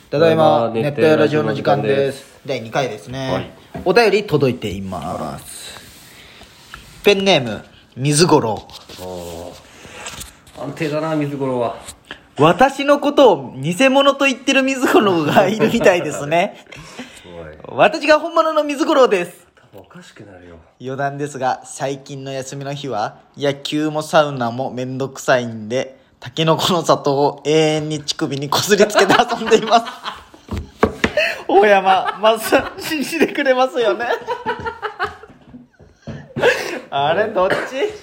ただいま熱帯ラジオの時間です。第2回ですね、はい、お便り届いています。ペンネーム水五郎。 安定だな水五郎は。 私のことを偽物と言ってる水五郎がいるみたいですね私が本物の水五郎です。 おかしくなるよ。 余談ですが、最近の休みの日は野球もサウナもめんどくさいんで、タケノコの里を永遠に乳首にこすりつけて遊んでいます大山まさ信じてくれますよねあれどっち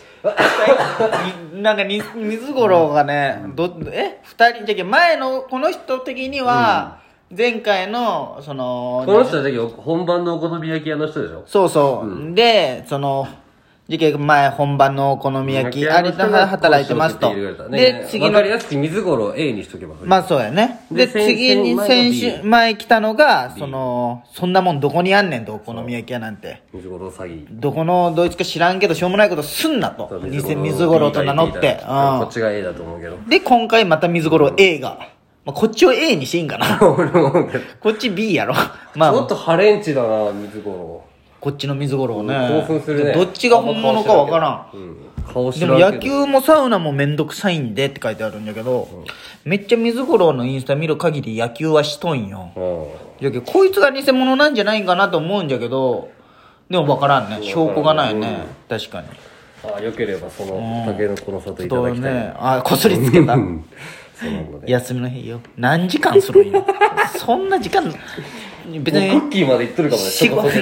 なんか水五郎がね、2人じゃけ前のこの人的には、前回のこの人だけ本番のお好み焼き屋の人でしょ。 そうそう、で事件前本番のお好み焼きあれで働いてますと。 で次の分かりやすく水五郎 A にしとけば。 まあそうやね。で次に先週前来たのがそんなもんどこにあんねんと、お好み焼き屋なんて水五郎詐欺、 どこのドイツか知らんけどしょうもないことすんなと、水五郎と名乗って、 こっちが A だと思うけど。 で今回また水五郎 A が、まあ、こっちを A にしていいんかなこっち B やろまあちょっとハレンチだな水五郎。 こっちの水五郎ね、 興奮するね。 どっちが本物かわからん、 顔知でも野球もサウナもめんどくさいんでって書いてあるんだけど、めっちゃ水五郎のインスタ見る限り野球はしとんよ、じゃけこいつが偽物なんじゃないんかなと思うんじゃけど、でも分からんね、証拠がないね、確かに。 よければそのタケノコの里いただきたいね。 こすりつけた休みの日よ。何時間するんよそんな時間別にクッキーまで行っとるかもね。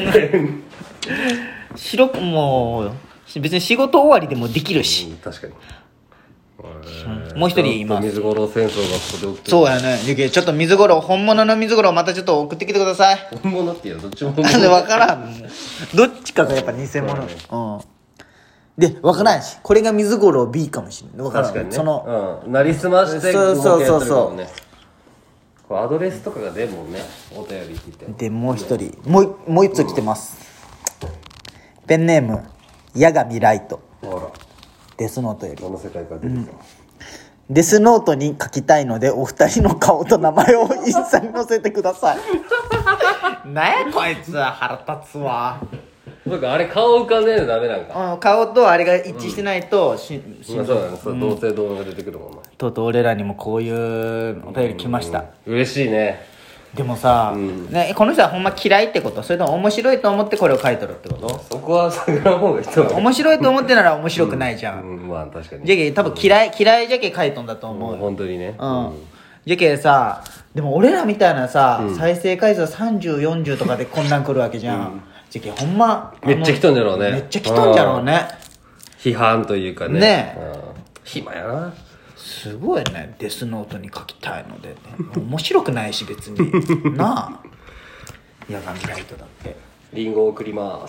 もう別に仕事終わりでもできるし、 確かに。 もう一人います。 水五郎戦争がここで起きてる。 そうやね。ゆきちょっと水五郎、本物の水五郎またちょっと送ってきてください。 本物っていうのどっちも本物で分からんどっちかがやっぱ偽物、で分からんし、これが水五郎 B かもしれない。分からん。 確かにね。なりすましてそうアドレスとかが出るもんね、お便り聞いて。 でもう一人もう一つ来てます、ペンネーム八神ライト。デスノートよりこの世界から出てきた、 デスノートに書きたいのでお二人の顔と名前をインスタに載せてくださいなんやこいつ腹立つわ。 そうか、あれ顔浮かんでるのダメなんか。 顔とあれが一致してないと、 そうだね、同姓同名が出てくるもんね。 とうとう俺らにもこういうお便り来ました。 嬉しいね。 でもさ、この人はほんま嫌いってこと？それとも面白いと思ってこれを書いとるってこと？ そこは探らん方がいいと思う。 面白いと思ってなら面白くないじゃん。 まあ確かに。 じゃけ多分嫌いじゃけ書いとんだと思う。 本当にね。 じゃけさ、でも俺らみたいなさ、再生回数30、40とかでこんなん来るわけじゃん。じゃけほんまめっちゃ来とんじゃろうね。 めっちゃ来とんじゃろうね。 批判というかね。 ね暇やな。 すごいね。デスノートに書きたいので、ね、面白くないし別になあ。八神ライトだってリンゴ送ります。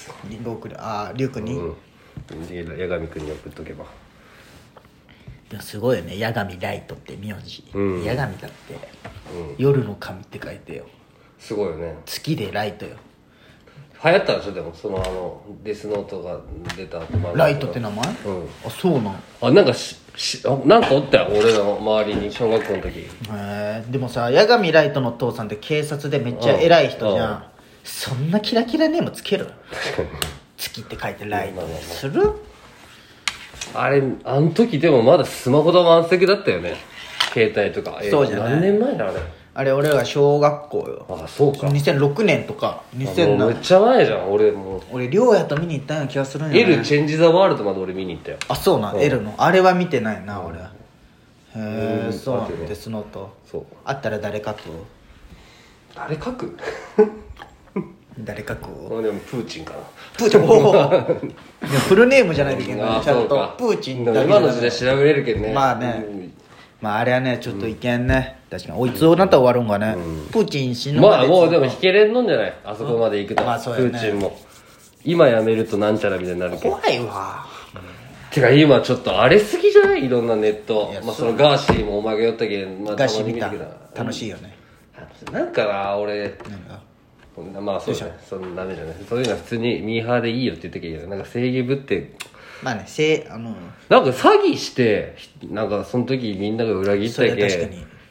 リンゴ送る。リュウ君に、 八神君に送っとけば。 いやすごいよね、八神ライトって名字、八神だって、夜の神って書いてよ。すごいよね。 月でライトよ。 流行ったでしょ。でもデスノートが出た後ライトって名前？あ、そうなん。 なんかなんかおったよ、俺の周りに小学校の時。 でもさ、八神ライトの父さんって警察でめっちゃ偉い人じゃん。そんなキラキラネームつける？月って書いてライトする？ あの時でもまだスマホと満席だったよね、携帯とか。 そうじゃない。 何年前だあれ俺らが小学校よ。 あ、そうか。 2006年とか2007。 めっちゃ前じゃん。俺亮也と見に行ったような気がするんやね。 L チェンジザワールドまで俺見に行ったよ。 あ、そうなん。L のあれは見てないな俺。へえ、そうなん。デスノート。そう。あったら誰書く？ 誰書く？ 誰書く？ でもプーチンかな。 プーチン。おお。フルネームじゃないといけない。ちゃんとプーチンだけ。 今の時代調べれるけどね。 まあね。まああれはねちょっといけんね。確かに。おいつをなったら終わるんがね。プーチン死ぬまで。 まあもうでも引けれんのんじゃない？あそこまで行くと。 まあそうやね。 プーチンも今やめるとなんちゃらみたいになるけど。 怖いわ。 てか今ちょっと荒れすぎじゃない？いろんなネット。まあそのガーシーもお前が言ったけど、 ガーシー見た。楽しいよね。 なんかな俺。まあそうだね。そんなダメじゃない。そういうのは普通にミーハーでいいよって言ってけど、なんか正義ぶってまあね、 なんか詐欺してなんかその時みんなが裏切ったけ、 確かに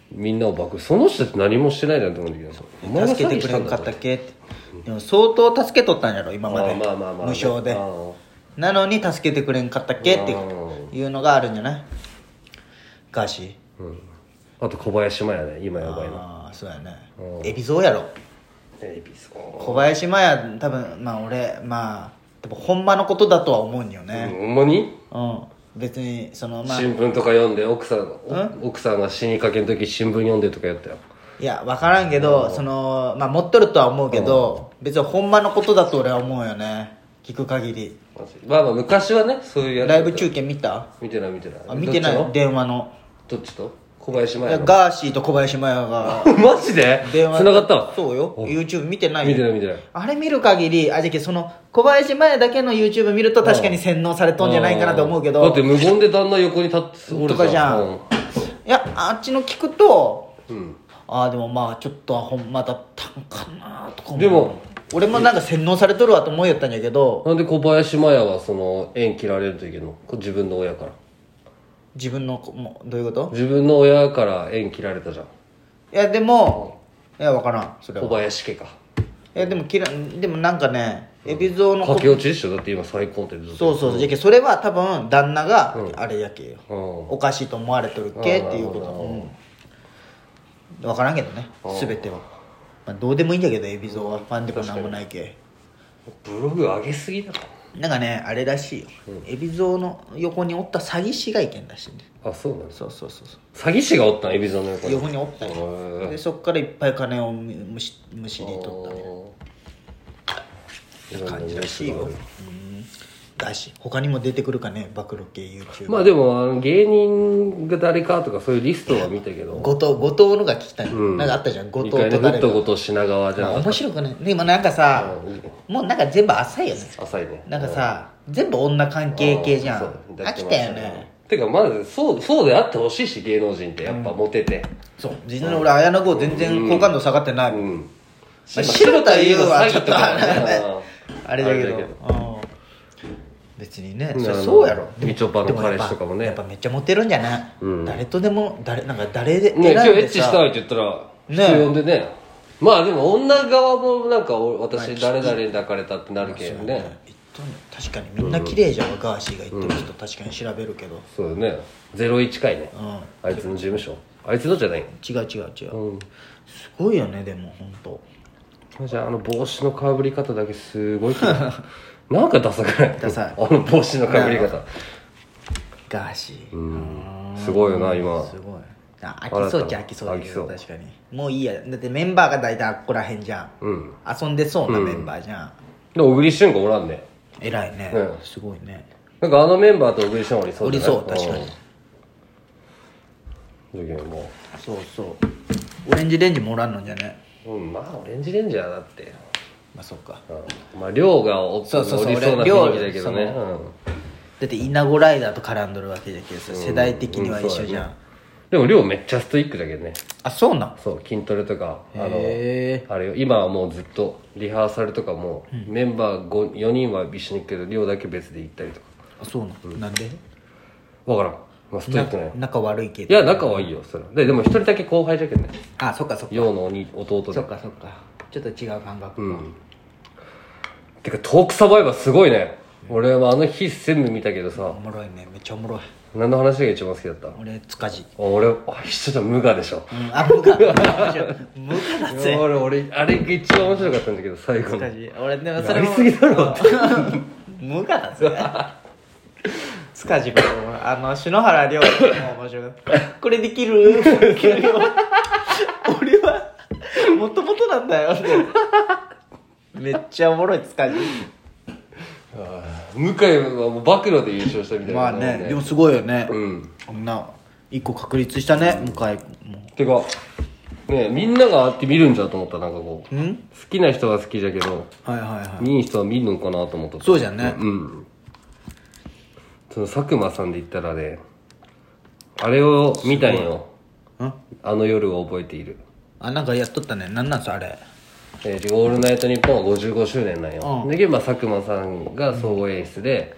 みんなをその人って何もしてないなんて思うんだけど、お前が助けてくれんかったっけって。でも相当助けとったんやろ今まで、 まあ無償で。 あなのに助けてくれんかったっけっていうのがあるんじゃない？ガーシー。 あと小林麻也ね、今やばいな。 ああそうやね。海老蔵やろ。小林麻也多分多分ほんまのことだとは思うんよね。 ほんまに？ 別にその新聞とか読んで奥さんが死にかけの時新聞読んでとかやったよ。 いや分からんけど、その持っとるとは思うけど、別にほんまのことだと俺は思うよね、聞く限り。 まあ昔はねそういうやつ。 ライブ中継見た？ 見てない。 見てない。電話のどっちと？小林麻也。 ガーシーと小林麻也がマジで電話繋がった？ そうよ。 YouTube 見てない見てない。 あれ見る限りじゃけその小林麻也だけの YouTube 見ると確かに洗脳されとんじゃないかなと思うけど、 だって無言で旦那横に立っておるとかじゃん、いやあっちの聞くと、でもちょっとほんまだったんかなとか思う。 でも俺もなんか洗脳されとるわと思いよったんやけど、 なんで小林麻也はその縁切られるといけんの？自分の親から。 自分のどういうこと？ 自分の親から縁切られたじゃん。 いやでも、いや分からんそれは。 小林家か。 いやでもなんかね、海老蔵の駆け落ちでしょ。だって今再婚ってずっと。 そうじゃけそれは多分旦那があれやけよ、おかしいと思われとるっけっていうこと、分からんけどね全ては。どうでもいいんだけど海老蔵はファンでもなんもないけ。 ブログ上げすぎだろ。 なんかねあれらしいよ、海老蔵の横におった詐欺師がいけんらしいんで。 あ、そうなんだ。 そう詐欺師がおったん？海老蔵の横におったんよ。でそっからいっぱい金をむしり取ったね感じらしいよ。だし他にも出てくるかね、暴露系 YouTube。 まあでも芸人が誰かとかそういうリストは見たけど、 後藤のが聞きたい、なんかあったじゃん、後藤と誰か。 グッド後藤品川じゃん。 面白くね。でもなんかさ、もうなんか全部浅いよね。 浅いね。 なんかさ、全部女関係系じゃん。飽きたよね。 てかまずそうであってほしいし、芸能人ってやっぱモテて。 そう実際に俺綾野剛全然好感度下がってないもん。 白田優はちょっとあれだけど、別にね、そうやろ。 みちょぱの彼氏とかもね、 やっぱめっちゃモテるんじゃない？誰とでもなんか誰で選んでさ、今日エッチしたいって言ったら人呼んでね。まあでも女側もなんか私誰々に抱かれたってなるけどね。 確かにみんな綺麗じゃん、ガーシーが言ってる人確かに調べるけど。 そうだね。01回ね、あいつの事務所。あいつのじゃない？ 違う、すごいよね。でも本当。 じゃあ帽子のかぶり方だけすごいなんかダサくない？ ダサい。 帽子のかぶり方。 ガーシー。 すごいよな今。 すごい。飽きそうっちゃ飽きそうだけど、確かにもういいや。だってメンバーが大体ここらへんじゃん、遊んでそうなメンバーじゃん。 で小栗旬がおらんね。 偉いね、すごいね。 なんかメンバーと小栗旬おりそうじゃない？ おりそう、確かに。そうオレンジレンジもおらんのじゃね。 まあオレンジレンジはだってそうか、 まあ亮がおりそうな雰囲気だけどね。 だってイナゴライダーと絡んどるわけだけどさ、世代的には一緒じゃん。 でも亮めっちゃストイックだけどね。 あ、そうなん？ そう、筋トレとかあれよ、今はもうずっとリハーサルとかもメンバー4人は一緒に行くけど亮だけ別で行ったりとか。 あ、そうなん？なんで？ 分からん。まあストイックね。 仲悪いけど。 いや仲はいいよそれでも一人だけ後輩じゃけどね。 あ、そっか陽の弟で。 そっかちょっと違う感覚か。 てかトークサバイバーすごいね。俺はあの日全部見たけどさ。 おもろいね、めっちゃおもろい。 何の話が一番好きだった？ 俺塚地。 俺一緒じゃ無我でしょ。 無我だぜ。 俺あれが一番面白かったんだけど最後の。 俺でもそれもやりすぎだろって無我だぜ。塚地も篠原涼子も面白い。これできる？俺はもともとなんだよって。めっちゃおもろい塚地。 向井はもう暴露で優勝したみたいな。 まあね、でもすごいよね。こんな一個確立したね、向井も。 てかね、みんながあって見るんじゃと思った。なんかこう好きな人は好きじゃけど、見ん人は見るのかなと思った。 そうじゃんね。 その佐久間さんで言ったらね、あれを見たんよ。あの夜を覚えている。 なんかやっとったね。なんなんすあれ。 オールナイトニッポンは55周年なんよ。で、佐久間さんが総合演出で、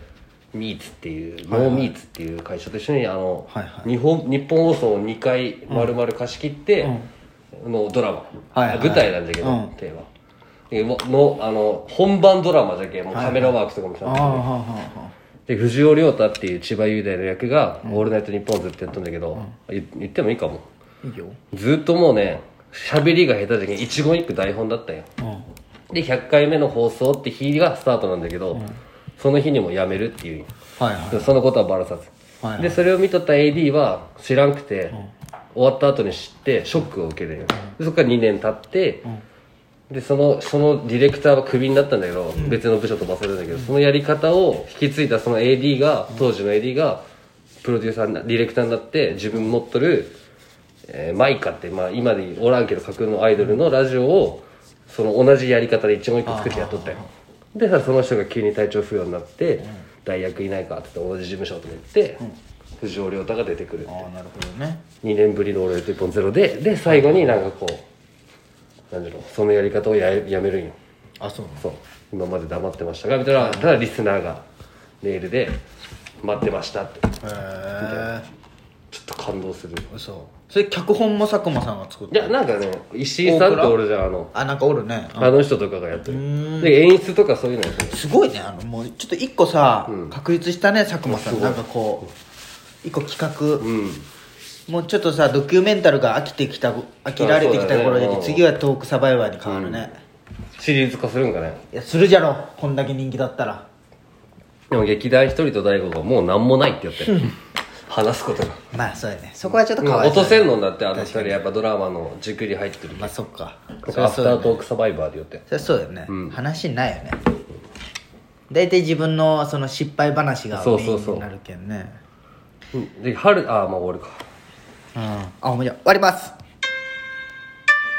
ミーツっていう、ノーミーツっていう会社と一緒にはいはい、 日本放送を2回丸々貸し切って、のドラマ、 はいはい、 舞台なんだけど、テーマの本番ドラマだけもうカメラワークとかもちゃんとで、藤尾亮太っていう千葉雄大の役が「オールナイトニッポン」ずっとやったんだけど、言ってもいいかも。 いいよ。 ずっともうね喋りが下手で一言一句台本だったよ、で100回目の放送って日がスタートなんだけど、その日にも辞めるっていう、 はいはい、 そのことはバラさず、はいはい、でそれを見とった AD は知らんくて、終わった後に知ってショックを受けるよ、でそこから2年経って、でそのディレクターはクビになったんだけど、別の部署飛ばされるんだけど、そのやり方を引き継いだその AD が、当時の AD がプロデューサーディレクターになって自分持っとる、マイカって、まあ、今でおらんけど架空のアイドルのラジオをその同じやり方で一問一句作ってやっとったよ。でさ、その人が急に体調不良になって、代役いないかって言って同じ事務所とか言って、藤尾亮太が出てくるって。 ああ、なるほどね。 2年ぶりの「オールナイトニッポンゼロで最後になんかこうなんだろう、そのやり方をやめるんよ。 あ、そうそう、今まで黙ってましたがみたいな、ただリスナーがメールで待ってましたって、へえ、ちょっと感動する。 それ脚本も佐久間さんが作った？ いや、なんかね、石井さんっておるじゃん、 なんかおるね、 あの人とかがやってる。で演出とかそういうのやってる。 すごいね。もうちょっと一個さ、確立したね、佐久間さん。なんかこう一個企画、もうちょっとさ、ドキュメンタルが飽きられてきた頃で、次はトークサバイバーに変わるね、 シリーズ化するんかね。 いや、するじゃろ、こんだけ人気だったら。 でも劇団一人と大悟がもう何もないって言って話すことが、 まあそうやね、そこはちょっとかわいそう、 落とせんのになって、あの二人やっぱドラマの軸に入ってる。 まあそっか、 アフタートークサバイバーで言って、 そりゃそうだよね、話ないよね。大体自分のその失敗話がメインになるけんね。 で春、まあ終わるか。 もうじゃあ終わります。